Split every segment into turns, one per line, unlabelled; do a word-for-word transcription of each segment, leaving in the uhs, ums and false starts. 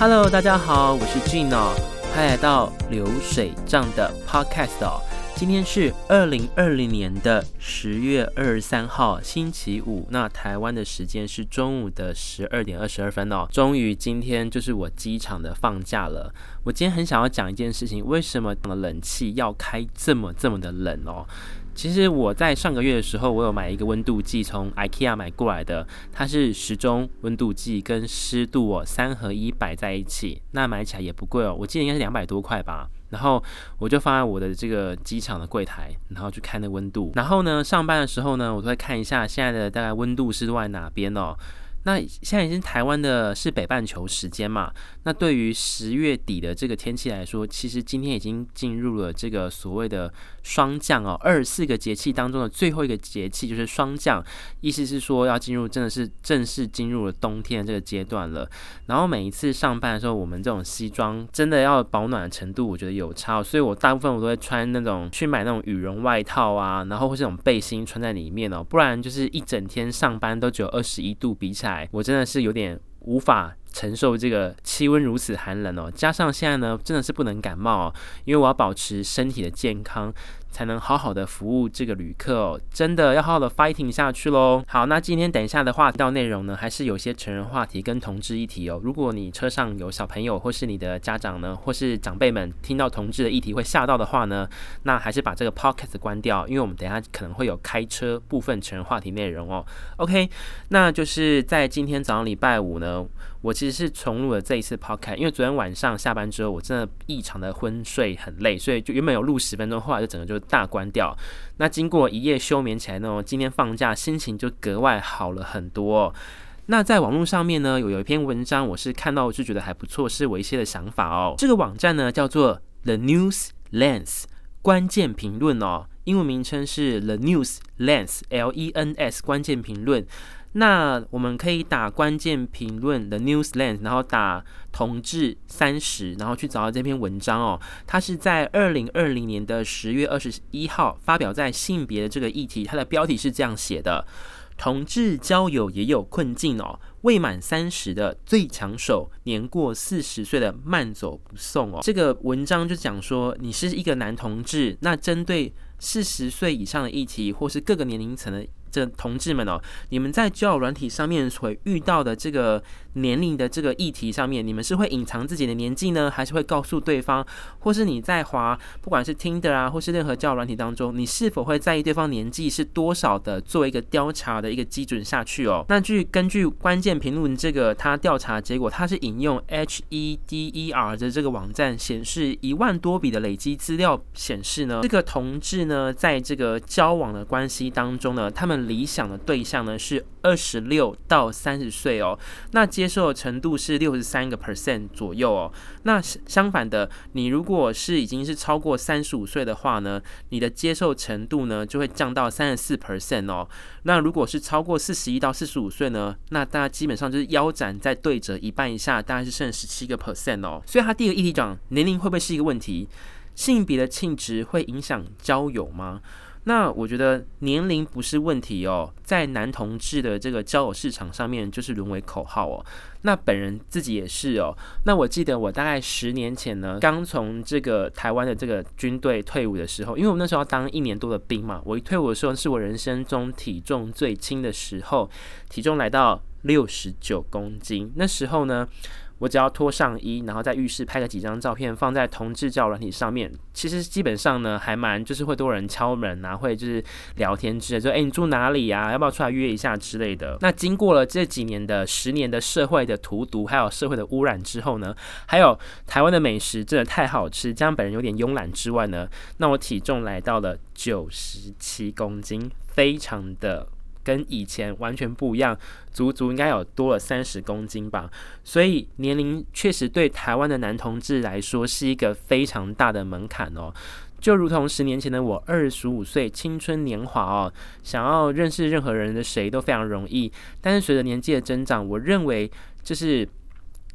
Hello， 大家好，我是 Gino， 欢迎来到流水账的 Podcast 哦。今天是二零二零年的十月二十三号，星期五。那台湾的时间是中午的十二点二十二分哦。终于今天就是我机场的放假了。我今天很想要讲一件事情，为什么冷气要开这么这么的冷哦？其实我在上个月的时候，我有买一个温度计，从 IKEA 买过来的，它是时钟温度计跟湿度哦三合一摆在一起，那买起来也不贵哦，我记得应该是两百多块吧。然后我就放在我的这个机场的柜台，然后去看那温度。然后呢，上班的时候呢，我都会看一下现在的大概温度湿度在哪边哦。那现在已经台湾的是北半球时间嘛，那对于十月底的这个天气来说，其实今天已经进入了这个所谓的霜降哦，二十四个节气当中的最后一个节气就是霜降，意思是说要进入真的是正式进入了冬天的这个阶段了。然后每一次上班的时候，我们这种西装真的要保暖的程度，我觉得有差，所以我大部分我都会穿那种去买那种羽绒外套啊，然后或是那种背心穿在里面哦，不然就是一整天上班都只有二十一度，比起来我真的是有点无法承受这个气温如此寒冷哦，加上现在呢真的是不能感冒哦，因为我要保持身体的健康，才能好好的服务这个旅客哦，真的要好好的 fighting 下去咯。好，那今天等一下的话题到内容呢，还是有些成人话题跟同志议题哦。如果你车上有小朋友，或是你的家长呢，或是长辈们听到同志的议题会吓到的话呢，那还是把这个 podcast 关掉，因为我们等一下可能会有开车部分成人话题内容哦。OK， 那就是在今天早上礼拜五呢，我其实是重录了这一次 podcast， 因为昨天晚上下班之后，我真的异常的昏睡很累，所以就原本有录十分钟，后来就整个就大关掉。那经过一夜休眠起来呢，今天放假心情就格外好了很多哦。那在网络上面呢，有有一篇文章，我是看到就觉得还不错，是我一些的想法哦。这个网站呢叫做 The News Lens 关键评论哦，英文名称是 The News Lens L E N S 关键评论。那我们可以打关键评论的 News Lens， 然后打同志三十，然后去找到这篇文章哦。它是在二零二零年的十月二十一号发表在性别的这个议题，它的标题是这样写的：同志交友也有困境哦，未满三十的最抢手，年过四十岁的慢走不送哦。这个文章就讲说，你是一个男同志，那针对四十岁以上的议题，或是各个年龄层的这同志们哦，你们在交友软体上面所遇到的这个年龄的这个议题上面，你们是会隐藏自己的年纪呢，还是会告诉对方？或是你在滑不管是 Tinder 啊，或是任何交友软体当中，你是否会在意对方年纪是多少的，做一个调查的一个基准下去哦？那据根据关键评论这个他调查结果，他是引用 H E D E R 的这个网站显示，一万多笔的累积资料显示呢，这个同志呢，在这个交往的关系当中呢，他们理想的对象呢是二十六到三十岁哦，那接受的程度是百分之六十三 左右哦。那相反的，你如果是已经是超过三十五岁的话呢，你的接受程度呢就会降到 百分之三十四 哦。那如果是超过四十一到四十五岁呢，那大家基本上就是腰斩在对折一半以下，大概是剩 百分之十七 哦。所以他第一个议题讲年龄会不会是一个问题，性别的气质会影响交友吗？那我觉得年龄不是问题哦，在男同志的这个交友市场上面就是沦为口号哦。那本人自己也是哦。那我记得我大概十年前呢，刚从这个台湾的这个军队退伍的时候，因为我那时候要当一年多的兵嘛，我一退伍的时候是我人生中体重最轻的时候，体重来到六十九公斤。那时候呢，我只要脱上衣，然后在浴室拍个几张照片，放在同志交友软体上面，其实基本上呢，还蛮就是会多人敲门啊，会就是聊天之类的，就哎、欸、你住哪里啊？要不要出来约一下之类的。那经过了这几年的十年的社会的荼毒，还有社会的污染之后呢，还有台湾的美食真的太好吃，加上本人有点慵懒之外呢，那我体重来到了九十七公斤，非常的跟以前完全不一样，足足应该有多了三十公斤吧。所以年龄确实对台湾的男同志来说是一个非常大的门槛哦。就如同十年前的我二十五岁，青春年华哦，想要认识任何人的谁都非常容易。但是随着年纪的增长，我认为就是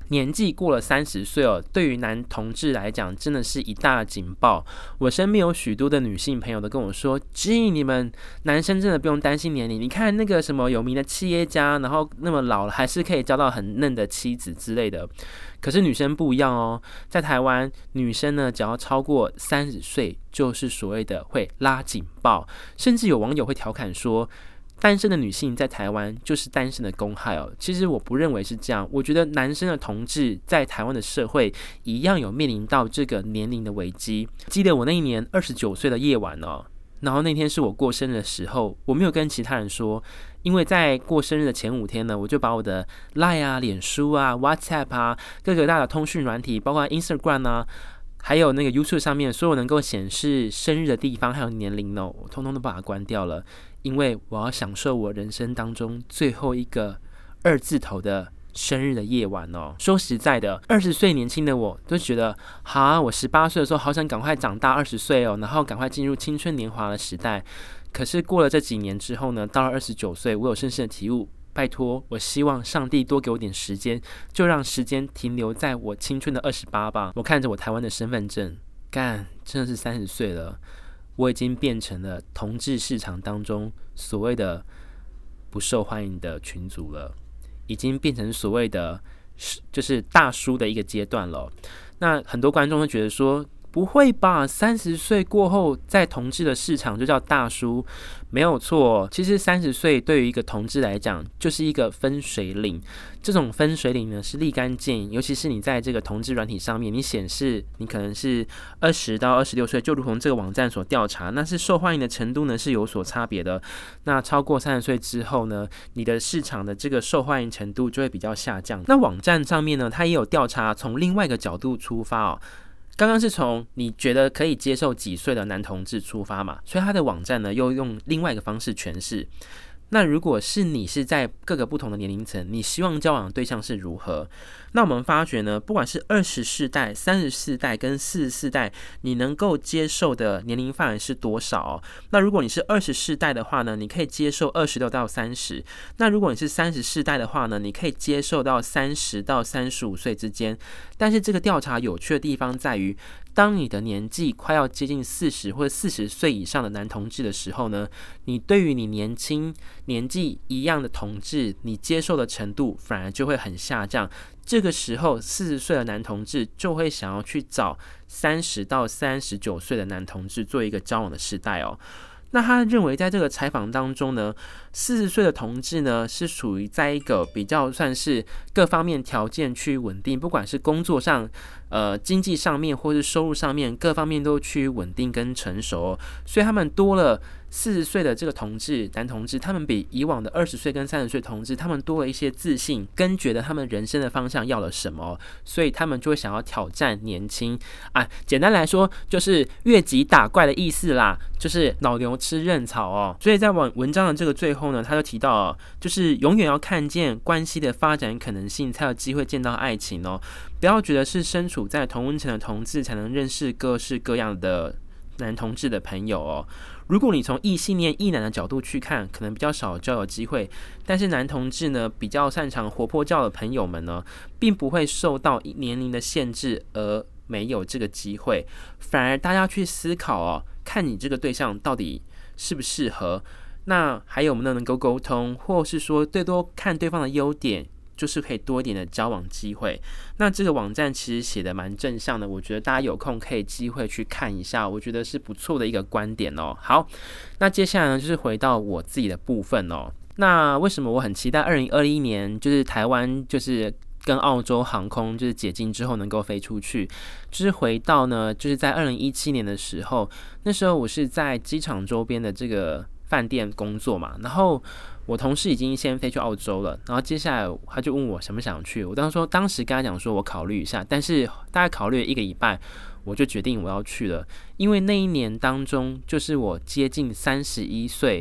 年纪过了三十岁哦，对于男同志来讲，真的是一大警报。我身边有许多的女性朋友都跟我说 ：“G， 你们男生真的不用担心年龄，你看那个什么有名的企业家，然后那么老了还是可以交到很嫩的妻子之类的。”可是女生不一样哦，在台湾，女生呢只要超过三十岁，就是所谓的会拉警报，甚至有网友会调侃说，单身的女性在台湾就是单身的公害哦。其实我不认为是这样，我觉得男生的同志在台湾的社会一样有面临到这个年龄的危机。记得我那一年二十九岁的夜晚哦，然后那天是我过生日的时候，我没有跟其他人说，因为在过生日的前五天呢，我就把我的 Line 啊、脸书啊、WhatsApp 啊、各个大的通讯软体，包括 Instagram 啊，还有那个 YouTube 上面所有能够显示生日的地方还有年龄呢，我通通都把它关掉了，因为我要享受我人生当中最后一个二字头的生日的夜晚哦。说实在的，二十岁年轻的我都觉得，哈，我十八岁的时候好想赶快长大二十岁哦，然后赶快进入青春年华的时代。可是过了这几年之后呢，到了二十九岁，我有深深的体悟，拜托，我希望上帝多给我点时间，就让时间停留在我青春的二十八吧。我看着我台湾的身份证，干，真的是三十岁了，我已经变成了同志市场当中所谓的不受欢迎的群组了，已经变成所谓的就是大叔的一个阶段了。那很多观众会觉得说，不会吧，三十岁过后在同志的市场就叫大叔？没有错，其实三十岁对于一个同志来讲就是一个分水岭。这种分水岭呢是立竿见影，尤其是你在这个同志软体上面，你显示你可能是二十到二十六岁，就如同这个网站所调查，那是受欢迎的程度呢是有所差别的。那超过三十岁之后呢，你的市场的这个受欢迎程度就会比较下降。那网站上面呢，它也有调查，从另外一个角度出发哦。刚刚是从你觉得可以接受几岁的男同志出发嘛，所以他的网站呢又用另外一个方式诠释。那如果是你是在各个不同的年龄层，你希望交往的对象是如何？那我们发觉呢，不管是二十世代、三十世代跟四十世代，你能够接受的年龄范围是多少哦？那如果你是二十世代的话呢，你可以接受二十六到三十；那如果你是三十世代的话呢，你可以接受到三十到三十五岁之间。但是这个调查有趣的地方在于，当你的年纪快要接近四十或者四十岁以上的男同志的时候呢，你对于你年轻年纪一样的同志，你接受的程度反而就会很下降。这个时候，四十岁的男同志就会想要去找三十到三十九岁的男同志做一个交往的时代哦。那他认为，在这个采访当中呢，四十岁的同志呢是属于在一个比较算是各方面条件趋于稳定，不管是工作上、呃经济上面或是收入上面，各方面都趋于稳定跟成熟哦。所以他们多了四十岁的这个同志男同志，他们比以往的二十岁跟三十岁同志，他们多了一些自信，跟觉得他们人生的方向要了什么，所以他们就会想要挑战年轻啊。简单来说，就是越级打怪的意思啦，就是老牛吃嫩草哦。所以在文章的这个最后呢，他就提到哦，就是永远要看见关系的发展可能性，才有机会见到爱情哦。不要觉得是身处在同温层的同志才能认识各式各样的男同志的朋友哦。如果你从异性恋异男的角度去看，可能比较少交友机会，但是男同志呢，比较擅长活泼交的朋友们呢，并不会受到年龄的限制而没有这个机会，反而大家去思考哦，看你这个对象到底适不适合，那还有没有能够沟通，或是说最多看对方的优点，就是可以多一点的交往机会。那这个网站其实写的蛮正向的，我觉得大家有空可以机会去看一下，我觉得是不错的一个观点哦。好，那接下来呢，就是回到我自己的部分哦。那为什么我很期待二零二一年，就是台湾就是跟澳洲航空就是解禁之后能够飞出去，就是回到呢，就是在二零一七年的时候，那时候我是在机场周边的这个饭店工作嘛，然后我同事已经先飞去澳洲了，然后接下来他就问我想不想去，我当时说当时跟他讲说我考虑一下，但是大概考虑了一个礼拜，我就决定我要去了，因为那一年当中就是我接近三十一岁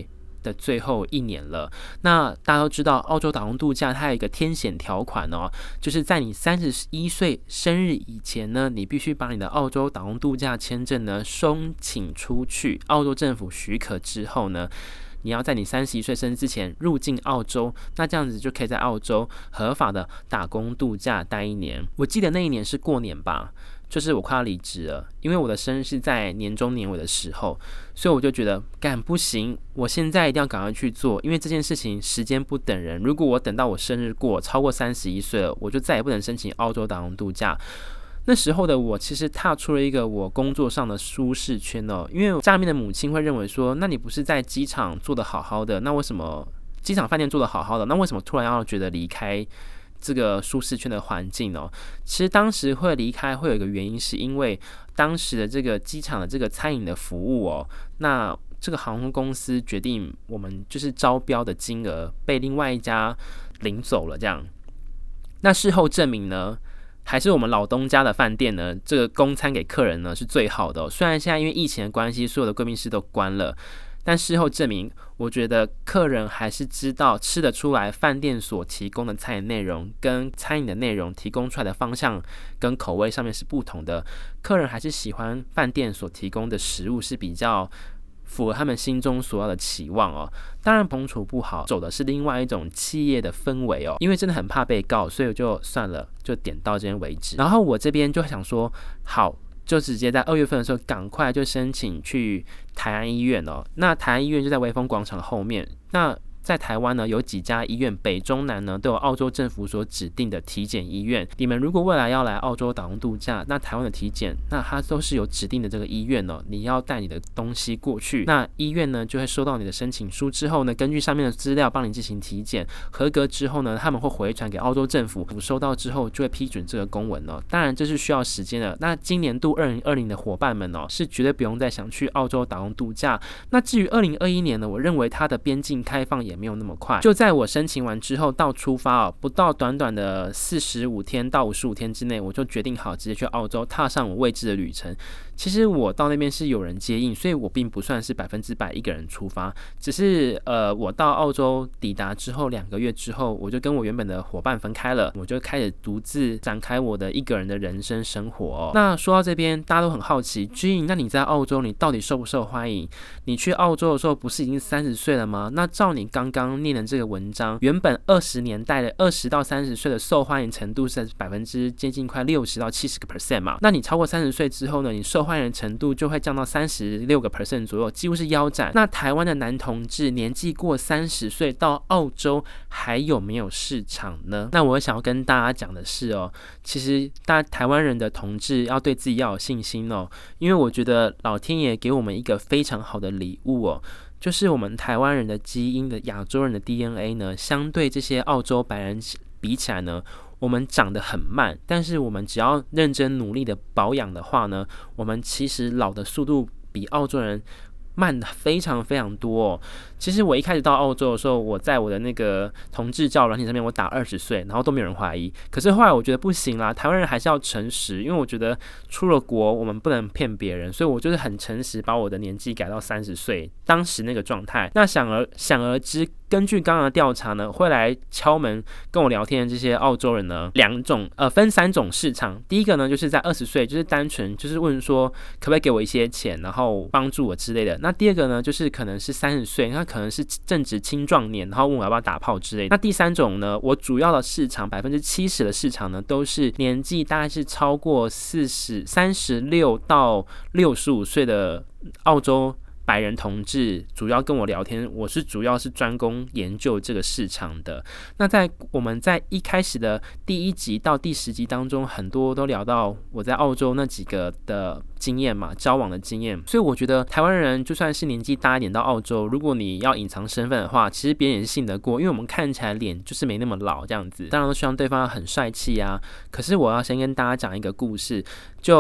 的最后一年了。那大家都知道，澳洲打工度假它有一个天险条款哦，就是在你三十一岁生日以前呢，你必须把你的澳洲打工度假签证呢申请出去，澳洲政府许可之后呢，你要在你三十一岁生日之前入境澳洲，那这样子就可以在澳洲合法的打工度假待一年。我记得那一年是过年吧，就是我快要离职了，因为我的生日是在年中年尾的时候，所以我就觉得干不行，我现在一定要赶快去做，因为这件事情时间不等人。如果我等到我生日过超过三十一岁了，我就再也不能申请澳洲打工度假。那时候的我其实踏出了一个我工作上的舒适圈哦，因为家里面的母亲会认为说，那你不是在机场做得好好的，那为什么机场饭店做得好好的，那为什么突然要觉得离开这个舒适圈的环境哦？其实当时会离开会有一个原因，是因为当时的这个机场的这个餐饮的服务哦，那这个航空公司决定我们就是招标的金额被另外一家领走了这样。那事后证明呢，还是我们老东家的饭店呢，这个供餐给客人呢是最好的哦。虽然现在因为疫情的关系，所有的贵宾室都关了，但事后证明，我觉得客人还是知道吃得出来饭店所提供的餐饮内容跟餐饮的内容提供出来的方向跟口味上面是不同的。客人还是喜欢饭店所提供的食物是比较符合他们心中所要的期望哦。当然彭楚不好，走的是另外一种企业的氛围哦。因为真的很怕被告，所以我就算了，就点到这边为止。然后我这边就想说，好，就直接在二月份的时候赶快就申请去台安医院哦。那台安医院就在微风广场后面。那在台湾呢，有几家医院，北中南呢都有澳洲政府所指定的体检医院。你们如果未来要来澳洲打工度假，那台湾的体检，那它都是有指定的这个医院哦。你要带你的东西过去，那医院呢就会收到你的申请书之后呢，根据上面的资料帮你进行体检，合格之后呢，他们会回传给澳洲政府，收到之后就会批准这个公文哦。当然这是需要时间的。那今年度二零二零的伙伴们哦，是绝对不用再想去澳洲打工度假。那至于二零二一年呢，我认为它的边境开放也没有那么快。就在我申请完之后到出发哦，不到短短的四十五天到五十五天之内，我就决定好直接去澳洲踏上我未知的旅程。其实我到那边是有人接应，所以我并不算是百分之百一个人出发，只是呃，我到澳洲抵达之后两个月之后，我就跟我原本的伙伴分开了，我就开始独自展开我的一个人的人生生活哦。那说到这边，大家都很好奇 ，Gene， 那你在澳洲你到底受不受欢迎？你去澳洲的时候不是已经三十岁了吗？那照你刚刚念的这个文章，原本二十年代的二十到三十岁的受欢迎程度是百分之接近快六十到七十个 percent 嘛？那你超过三十岁之后呢，你受欢迎的程度就会降到三十六个 percent 左右，几乎是腰斩。那台湾的男同志年纪过三十岁到澳洲还有没有市场呢？那我想要跟大家讲的是哦，其实大台湾人的同志要对自己要有信心哦，因为我觉得老天爷给我们一个非常好的礼物哦。就是我们台湾人的基因的亚洲人的 D N A 呢，相对这些澳洲白人比起来呢，我们长得很慢，但是我们只要认真努力的保养的话呢，我们其实老的速度比澳洲人慢非常非常多哦。其实我一开始到澳洲的时候，我在我的那个同志交友软体上面我打二十岁，然后都没有人怀疑。可是后来我觉得不行啦，台湾人还是要诚实，因为我觉得出了国我们不能骗别人，所以我就是很诚实，把我的年纪改到三十岁，当时那个状态。那想而想而知，根据刚刚的调查呢，会来敲门跟我聊天的这些澳洲人呢，两种呃分三种市场。第一个呢，就是在二十岁，就是单纯就是问说可不可以给我一些钱，然后帮助我之类的。那第二个呢，就是可能是三十岁，那可能是正值青壮年，然后问我要不要打炮之类的。那第三种呢，我主要的市场百分之七十的市场呢，都是年纪大概是超过四十三十六到六十五岁的澳洲白人同志，主要跟我聊天，我是主要是专攻研究这个市场的。那在我们在一开始的第一集到第十集当中，很多都聊到我在澳洲那几个的经验嘛，交往的经验。所以我觉得台湾人就算是年纪大一点到澳洲，如果你要隐藏身份的话，其实别人也是信得过，因为我们看起来脸就是没那么老这样子。当然都希望对方很帅气啊。可是我要先跟大家讲一个故事，就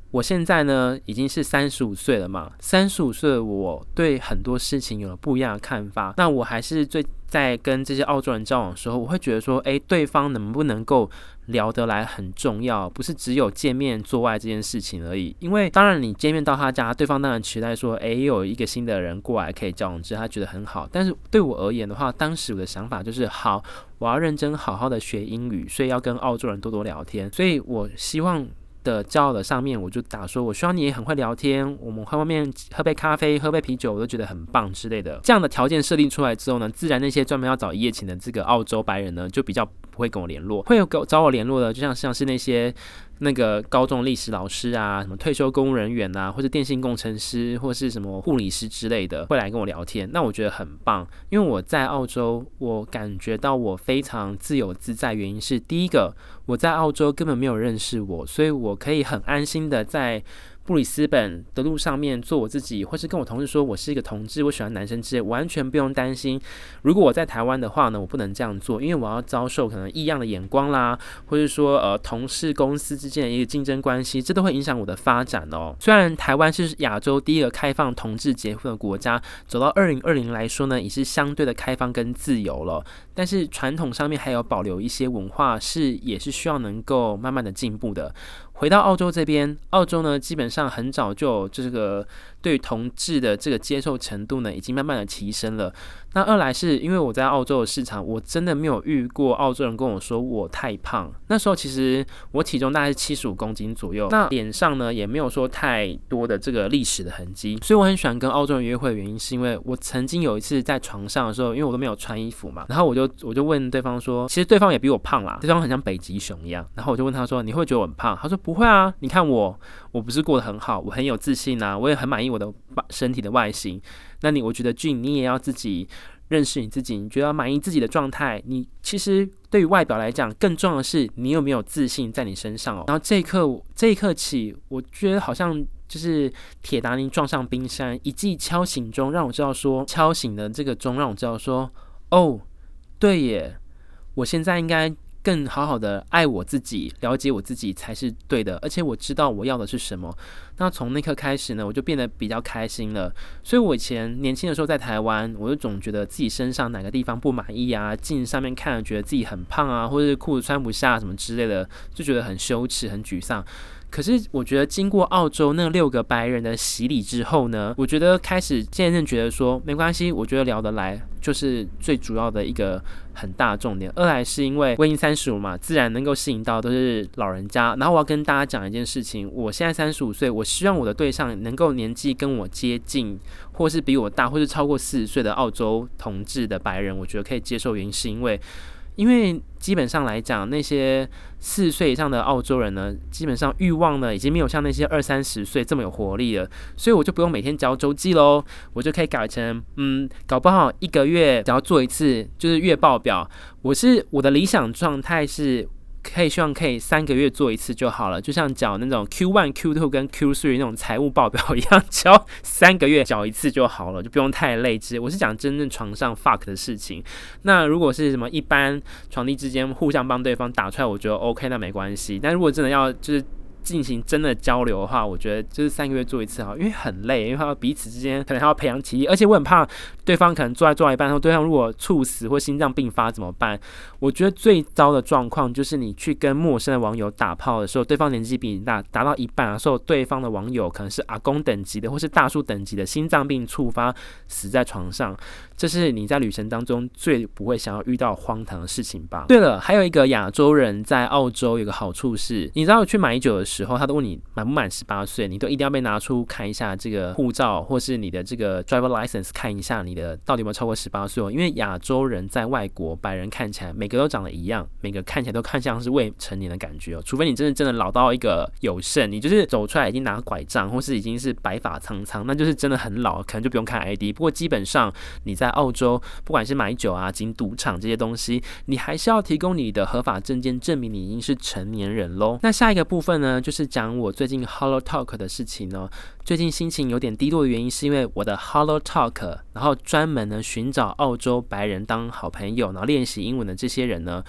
我现在呢已经是三十五岁了嘛，三十五岁的我对很多事情有了不一样的看法。那我还是最在跟这些澳洲人交往的时候，我会觉得说，哎，对方能不能够聊得来很重要，不是只有见面做爱这件事情而已。因为当然你见面到他家，对方当然期待说，哎，有一个新的人过来可以交往，之他觉得很好。但是对我而言的话，当时我的想法就是，好，我要认真好好的学英语，所以要跟澳洲人多多聊天。所以我希望的交友的上面，我就打说，我希望你也很会聊天，我们在外面喝杯咖啡、喝杯啤酒，我都觉得很棒之类的。这样的条件设定出来之后呢，自然那些专门要找一夜情的这个澳洲白人呢，就比较不会跟我联络。会有找我联络的，就像像是那些那个高中历史老师啊，什么退休公务人员啊，或是电信工程师，或是什么护理师之类的，会来跟我聊天。那我觉得很棒，因为我在澳洲，我感觉到我非常自由自在。原因是第一个，我在澳洲根本没有认识我，所以我可以很安心的在布里斯本的路上面做我自己，或是跟我同事说我是一个同志，我喜欢男生之类，完全不用担心。如果我在台湾的话呢，我不能这样做，因为我要遭受可能异样的眼光啦，或是说呃同事公司之间的一个竞争关系，这都会影响我的发展哦。虽然台湾是亚洲第一个开放同志结婚的国家，走到二零二零来说呢，也是相对的开放跟自由了，但是传统上面还有保留一些文化是也是需要能够慢慢的进步的。回到澳洲这边，澳洲呢基本上很早就有这个对于同志的这个接受程度呢，已经慢慢的提升了。那二来是因为我在澳洲的市场，我真的没有遇过澳洲人跟我说我太胖。那时候其实我体重大概是七十五公斤左右，那脸上呢也没有说太多的这个历史的痕迹，所以我很喜欢跟澳洲人约会的原因是因为我曾经有一次在床上的时候，因为我都没有穿衣服嘛，然后我就我就问对方说，其实对方也比我胖啦，对方很像北极熊一样，然后我就问他说，你会觉得我很胖？他说不会啊，你看我我不是过得很好，我很有自信啊，我也很满意我的身体的外形。那你我觉得俊你也要自己认识你自己，你觉得要满意自己的状态，你其实对于外表来讲更重要的是你有没有自信在你身上哦。然后这一刻这一刻起，我觉得好像就是铁达尼撞上冰山，一记敲醒钟让我知道说，敲醒的这个钟让我知道说，哦对耶，我现在应该更好好的爱我自己，了解我自己才是对的，而且我知道我要的是什么。那从那刻开始呢，我就变得比较开心了。所以我以前年轻的时候在台湾，我就总觉得自己身上哪个地方不满意啊，镜子上面看了觉得自己很胖啊，或者是裤子穿不下什么之类的，就觉得很羞耻很沮丧。可是我觉得经过澳洲那六个白人的洗礼之后呢，我觉得开始渐渐觉得说没关系，我觉得聊得来就是最主要的一个很大的重点。二来是因为我已经三十五嘛，自然能够吸引到都是老人家。然后我要跟大家讲一件事情，我现在三十五岁，我希望我的对象能够年纪跟我接近，或是比我大，或是超过四十岁的澳洲同志的白人，我觉得可以接受。原因是因为因为基本上来讲，那些四十岁以上的澳洲人呢，基本上欲望呢已经没有像那些二三十岁这么有活力了，所以我就不用每天交周记咯，我就可以改成嗯，搞不好一个月只要做一次，就是月报表。我是我的理想状态是可以希望可以三个月做一次就好了，就像缴那种 Q 一 Q 二 跟 Q 三 那种财务报表一样，缴三个月缴一次就好了，就不用太累之。我是讲真正床上 fuck 的事情。那如果是什么一般床地之间互相帮对方打出来，我觉得 OK， 那没关系。但如果真的要就是进行真的交流的话，我觉得就是三个月做一次好，因为很累，因为他彼此之间可能还要培养体力，而且我很怕对方可能做在做到一半，然后对方如果猝死或心脏病发怎么办？我觉得最糟的状况就是你去跟陌生的网友打炮的时候，对方年纪比你大，达到一半的时候，对方的网友可能是阿公等级的或是大叔等级的，心脏病触发死在床上，这是你在旅程当中最不会想要遇到荒唐的事情吧？对了，还有一个亚洲人在澳洲有个好处是，你知道去买酒的时候，他都问你满不满十八岁，你都一定要被拿出看一下这个护照，或是你的这个 driver license 看一下你的到底有没有超过十八岁哦。因为亚洲人在外国，白人看起来每个都长得一样，每个看起来都看像是未成年的感觉哦。除非你真的真的老到一个有剩，你就是走出来已经拿拐杖，或是已经是白发苍苍，那就是真的很老，可能就不用看 I D。不过基本上你在澳洲，不管是买酒啊、进赌场这些东西，你还是要提供你的合法证件，证明你已经是成年人咯。那下一个部分呢，就是讲我最近 Hello Talk 的事情呢。最近心情有点低落的原因是因为我的 Hello Talk， 然后专门呢寻找澳洲白人当好朋友，然后练习英文的这些人呢，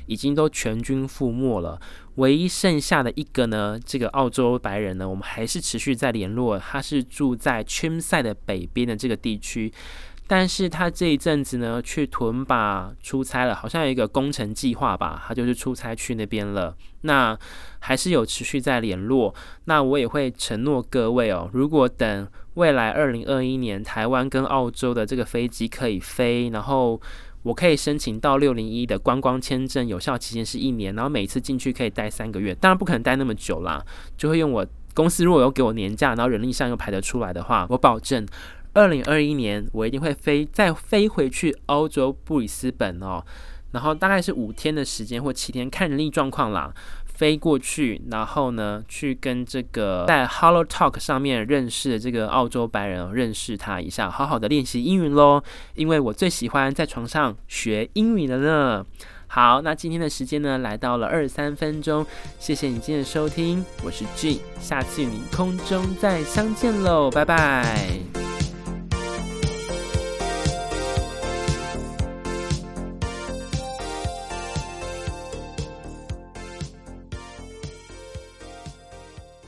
已经都全军覆没了。唯一剩下的一个呢，这个澳洲白人呢，我们还是持续在联络。他是住在 Chermside 的北边的这个地区，但是他这一阵子呢，去屯巴出差了，好像有一个工程计划吧，他就是出差去那边了。那还是有持续在联络。那我也会承诺各位哦，如果等未来二零二一年台湾跟澳洲的这个飞机可以飞，然后我可以申请到六零一的观光签证，有效期间是一年，然后每次进去可以待三个月，当然不可能待那么久啦，就会用我公司如果有给我年假，然后人力上又排得出来的话，我保证二零二一年我一定会飞再飞回去澳洲布里斯本哦，然后大概是五天的时间或七天，看人力状况啦。飞过去，然后呢，去跟这个在 Hello Talk 上面认识的这个澳洲白人、哦、认识他一下，好好的练习英语咯，因为我最喜欢在床上学英语了呢。好，那今天的时间呢，来到了二十三分钟，谢谢你今天的收听，我是 G， 下次与你空中再相见喽，拜拜。